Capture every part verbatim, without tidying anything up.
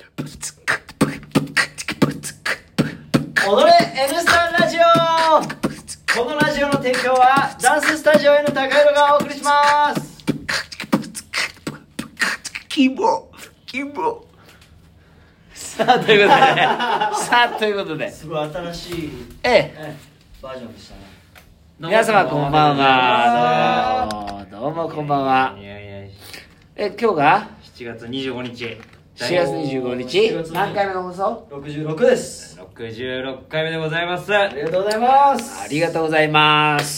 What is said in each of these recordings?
踊れ N スタラジオ。このラジオの提供はダンススタジオ N 高弘がお送りします。 キモキモ。さあということでさあということですごい新しい、 ええええ、バージョンでしたね。 皆様こんばんは。どうもどうもこんばんは。 いやいやえ今日がしちがつにじゅうごにち、 しちがつにじゅうごにち何回目の放送？ ろくじゅうろくです。 ろくじゅうろっかいめでございます。 ありがとうございます。 ありがとうございます。さ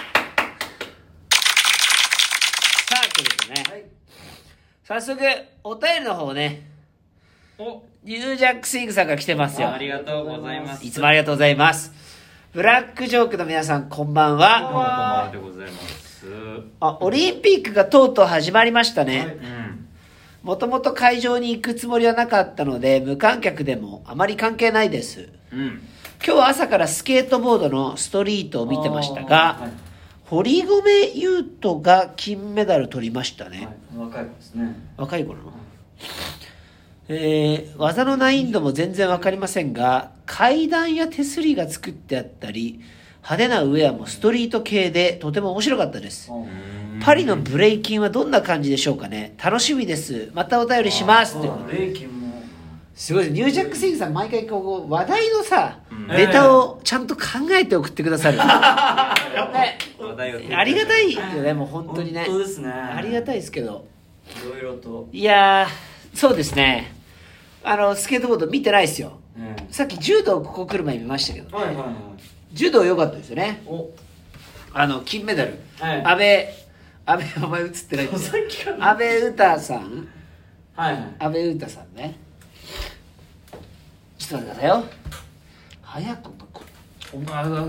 あということでね、 はい、 早速お便りの方ね、 おニュージャックスイングさんが来てますよ。 ありがとうございます。 いつもありがとうございます。ブラックジョークの皆さんこんばんは。 どうもこんばんはでございます。 あ、オリンピックがとうとう始まりましたはいね。 うん。 もともと会場に行くつもりはなかったので無観客でもあまり関係ないです。 うん。 今日は朝からスケートボードのストリートを見てましたが、 はい堀米雄斗が金メダル取りましたね。 はい、若い子ですね。 若い頃の、えー技の難易度も全然わかりませんが、階段や手すりが作ってあったり派手なウェアもストリート系でとても面白かったです。パリのブレイキンはどんな感じでしょうかね。楽しみです。またお便りしますって。 ブレイキンもすごい。ニュージャックスイングさん毎回こう話題のさ、 うんネタをちゃんと考えて送ってくださる、ね、 話題をありがたいよね。もう本当にね、 本当ですね。 ありがたいですけど、 いろいろと、 いやーそうですね、あのスケートボード見てないですよ。 えさっき柔道ここ来る前に見ましたけど、 え、はいはいはい。 柔道良かったですよね。 お、 あの金メダル、 はい安倍安倍お前映ってないんだよ。 さっきから安倍詩さん、 はいはい。 安倍詩さんね。ちょっと待ってくださいよ。早くお前が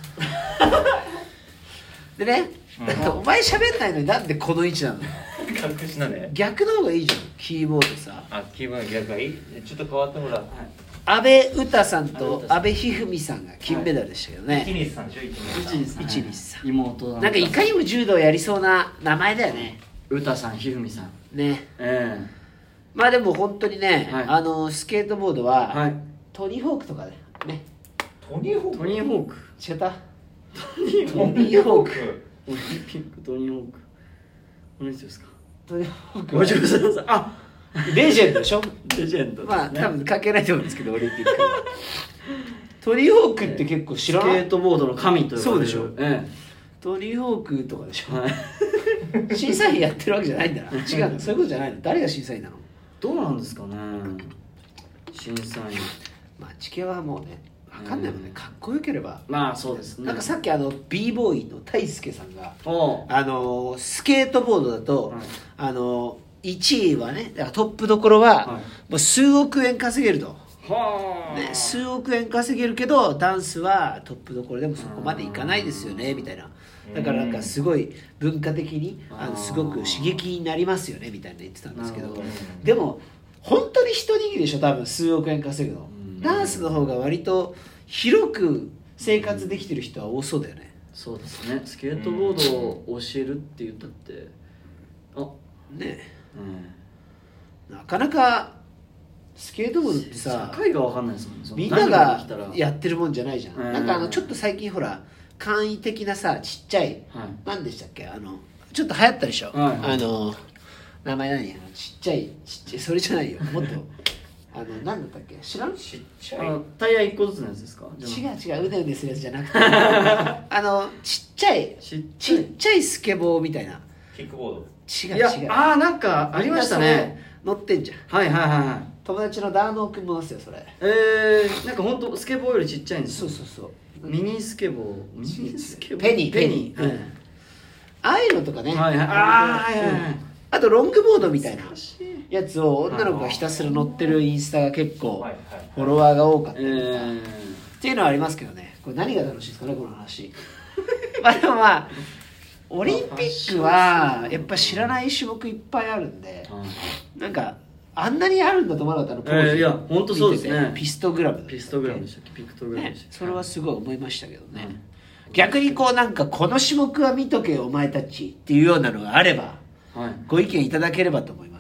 でね、 うんお前喋んないのになんでこの位置なの？ 隠しなね。 逆の方がいいじゃん、キーボードさ。 あ、気分逆がいい。ちょっと変わってほら。 安倍詩さんと安倍詩さん阿部一二三さんが金メダルでしたけどね、 一日さんでしょ、一日さん。 一日さん、 一日さん妹なんかいかにも柔道やりそうな名前だよね。 歌さん、ひふみさん。 ね、 えまあでも本当にね、 はいあのスケートボードえ、 は、 はい。 トニーホークとかでね。 トニーホーク。 トニーホーク。 違ったトニートニーホークオリンピックトニーホーク。この人ですか。 トニーホークごはめんなさい。あ、 レジェンドでしょ。 レジェンドですね。 まあ多分関係ないと思うんですけど、オリンピックはトニーホークって結構知らない？ スケートボードの神と呼ばれる。 そうでしょえトニーホークとかでしえ。はい。 ょ。審査員やってるわけじゃないんだな。違うの、そういうことじゃないの。誰が審査員なの？ どうなんですかね。審査員。 まあ地形はもうね分かんないもんね。かっこよければ。 まあそうですね。 なんかさっきあの b ボーイの大輔さんがおう。 あのスケートボードだと、 はいあのいちいはね、だからトップどころは、 はいもう数億円稼げると、 はあ。 ね、数億円稼げるけどダンスはトップどころでもそこまでいかないですよねみたいな。だからなんかすごい文化的にあのすごく刺激になりますよねみたいな言ってたんですけど、 なるほどでも本当に一握りでしょ多分数億円稼ぐの。ダンスの方が割と広く生活できてる人は多そうだよね。 そうですね。スケートボードを教えるって言ったって、あ、 ねうん。 なかなかスケートボードってさ社会がわかんないですもんね。そのみんな何が来たらやってるもんじゃないじゃん。 うんなんかあのちょっと最近ほら簡易的なさちっちゃい、 はい。 何でしたっけ、あのちょっと流行ったでしょ、 はいはいあの名前何やちっちゃいちっちゃいそれじゃないよもっとあの何だったっけ知らん？ ちっちゃい。 あのタイヤ一個ずつのやつですか？ 違う違ううねうねするやつじゃなくてあのちっちゃいちっちちゃい。 っちゃいスケボーみたいな。 キックボード。 違いうや違う、 あーなんかありましたね。 乗ってんじゃん。 はいはいはいはい。 友達のダーノー君も乗ってたよそれ。 えー、なんか本当スケボーよりちっちゃいんですよ。 そうそうそうミニスケボー。ミニスケボー。 ペニーペニー、 はいうん、ああいうのとかね、 はいはい。ああはいはいはい。 あとロングボードみたいな懐かしいやつを女の子がひたすら乗ってるインスタが結構はいはいフォロワーが多かったえりとか、 ー、 っていうのはありますけどね。これ何が楽しいですかねこの話まあでもまあオリンピックはやっぱ知らない種目いっぱいあるんで、なんかあんなにあるんだと思わなかったのポーズ、 えーいや本当そうですね見ててピストグラムだっけピストグラムでしたっけ？ピクトグラムねでしたっけ？ それはすごい思いましたけどね、 うん逆にこうなんかこの種目は見とけよお前たちっていうようなのがあればはい。 ご意見いただければと思いますよ。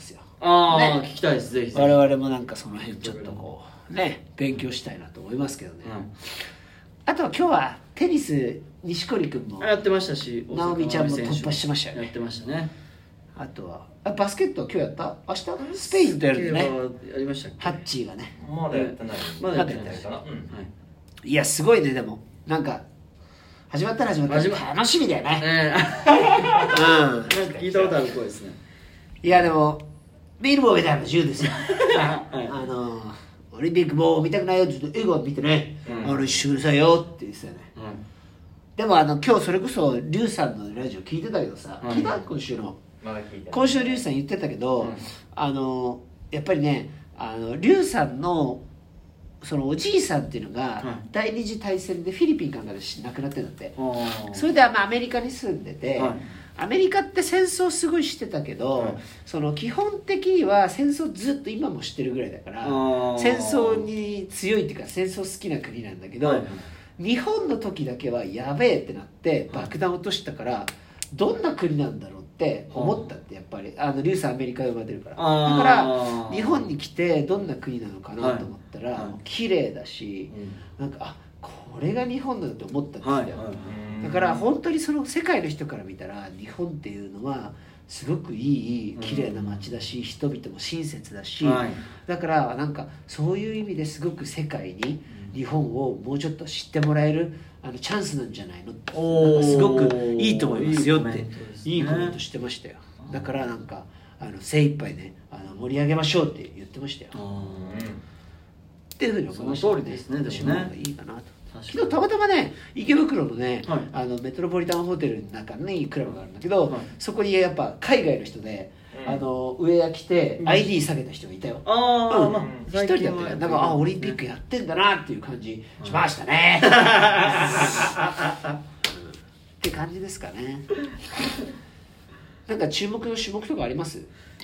ああ、 ね聞きたいですぜひぜひ。 我々もなんかその辺ちょっとこうね勉強したいなと思いますけどね、あとは今日はテニス錦織君もやってましたし、 直美ちゃんも突破しましたよね。 やってましたね。 あとはあバスケットは今日やった？明日スペインとやるんでね。 やりましたっけ？ ハッチーがね。 まだやってない。 まだやってないかな。うん。 いやすごいね。でもなんか始まったら始まった始まら楽しみだよね。 ねうん。 なんか聞いたことある声ですね。 いやでも見るもみたいなじゅうですよ。 はいあのオリンピックもう見たくないよって言うと笑顔見てね、 うんあの一緒くださいよって言ってたよね。 うんでもあの今日それこそリュウさんのラジオ聞いてたけどさ、 うん聞いた今週のまだ聞いてない。 今週リュウさん言ってたけど、 うんあのやっぱりねあのリュウさんのそのおじいさんっていうのが、 うん第二次大戦でフィリピンかなんかで亡くなってるんだって、 あーそれでまあアメリカに住んでて、 はいアメリカって戦争すごいしてたけど、 はいその基本的には戦争ずっと今もしてるぐらいだからあー戦争に強いっていうか戦争好きな国なんだけど、 はい日本の時だけはやべえってなって爆弾落としたからどんな国なんだろうって思ったってやっぱりあのリュウさんアメリカで生まれてるからだあーから日本に来てどんな国なのかなと思ったら、 はいはいもう綺麗だしなんかあこれが日本だと思ったんですよ、 はいはいだから本当にその世界の人から見たら日本っていうのはすごくいい綺麗な街だし、人々も親切だし、 はいだからなんかそういう意味ですごく世界に日本をもうちょっと知ってもらえるあのチャンスなんじゃないのっておーなんかすごくいいと思いますよっていいコメントですねいいコメントしてましたよ。だからなんかあの精一杯ねあの盛り上げましょうって言ってましたよあっていうふうに思いました、 その通りですねでもね私もなんかいいかなと。 ー昨日たまたまね池袋のね、 はいあのメトロポリタンホテルの中にクラブがあるんだけど、 はいそこにやっぱ海外の人で、 うんあの上屋着て アイディー 下げた人がいたよ。うんあーまあ一人だったからなんかあオリンピックやってんだなっていう感じしましたね、うんって感じですかね。なんか注目の種目とかあります？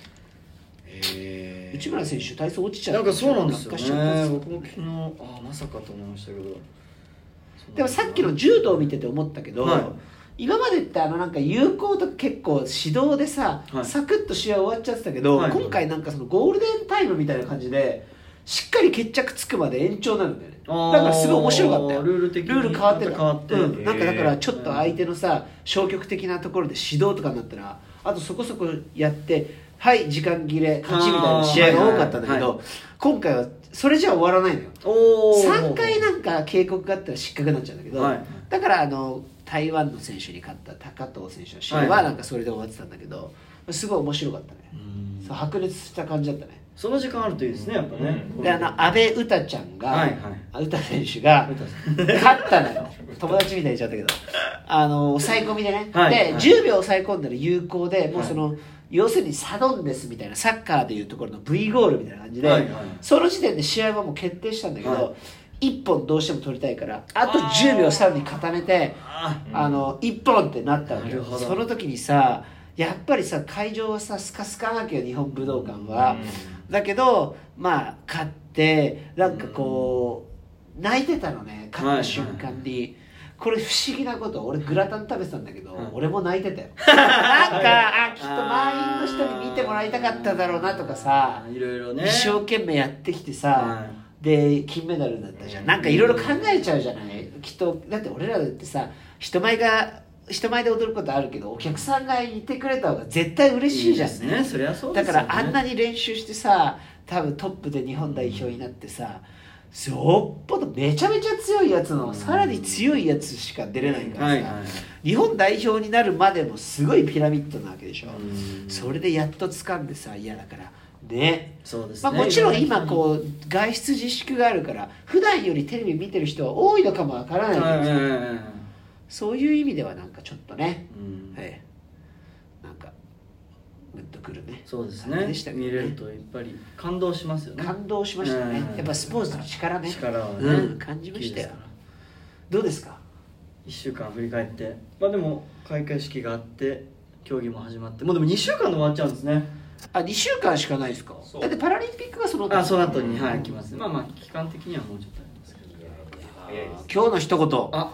え内村選手体操落ちちゃったなんかそうなんですよ落下しちゃったんですよね僕も昨日ああまさかと思いましたけどでもさっきの柔道を見てて思ったけど、 はい今までってあのなんか有効とか結構指導でさ、 はいサクッと試合終わっちゃってたけど、 はい今回なんかそのゴールデンタイムみたいな感じでしっかり決着つくまで延長なんだよね。だあーからすごい面白かったよ。 ルール的にルール変わってたまた変わってうん、なんかだからちょっへーと相手のさ消極的なところで指導とかになったらあとそこそこやってはい時間切れ勝ちみたいな試合が多かったんだけど、 あーはいはい今回はそれじゃ終わらないのよ。 おーさんかいなんか警告があったら失格になっちゃうんだけど、 はいだからあの台湾の選手に勝った高藤選手の試合ははいなんかそれで終わってたんだけど、すごい面白かったね。 うんそう白熱した感じだったね。 その時間あるといいですねやっぱねであの阿部詩ちゃんが、 はいはい詩選手が勝ったのよ。友達みたいに言っちゃったけどあの抑え込みでね、 はいで、 はいじゅうびょう抑え込んだら有効でもうその、要するにサドンデスみたいなサッカーでいうところの V ゴールみたいな感じで、 はいはいその時点で試合はもう決定したんだけど、 はいいっぽんどうしても取りたいからあとじゅうびょうさらに固めてああのいっぽんってなったわけよ。 なるほどその時にさやっぱりさ会場はさスカスカなわけよ日本武道館は、だけどまあ勝ってなんかこう泣いてたのね勝った瞬間に、これ不思議なこと俺グラタン食べてたんだけど、 はい俺も泣いてたよなんかあきっと満員の人に見てもらいたかっただろうなとかさ、 いろいろね一生懸命やってきてさ、 はいで金メダルだったじゃん。なんかいろいろ考えちゃうじゃないきっと。だって俺らだってさ人前が人前で踊ることあるけどお客さんがいてくれた方が絶対嬉しいじゃんいいですねそりゃそうですよねだからあんなに練習してさ多分トップで日本代表になってさよっぽどめちゃめちゃ強いやつのさらに強いやつしか出れないからさ、 はいはい日本代表になるまでもすごいピラミッドなわけでしょ。 うんそれでやっと掴んでさ嫌だからね。 そうですねまあ、もちろん今こう外出自粛があるから普段よりテレビ見てる人は多いのかもわからないけどさ、 はいはいはいはいそういう意味ではなんかちょっとね、 うんええなんかグッとくるねそうです感じねでしたけどね見れるとやっぱり感動しますよね感動しましたね、 うんやっぱスポーツの力ね力はねうん、感じましたよ。どうですか？ いっしゅうかん振り返ってまあでも開会式があって競技も始まってもうでもにしゅうかんで終わっちゃうんですねあにしゅうかんしかないですか？ そうだってパラリンピックがその後あその後にはい来ますまあまあ期間的にはもうちょっとありますけど早いです。 今日の一言あ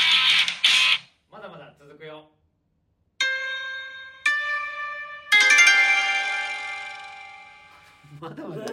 まだまだ続くよ。 まだまだ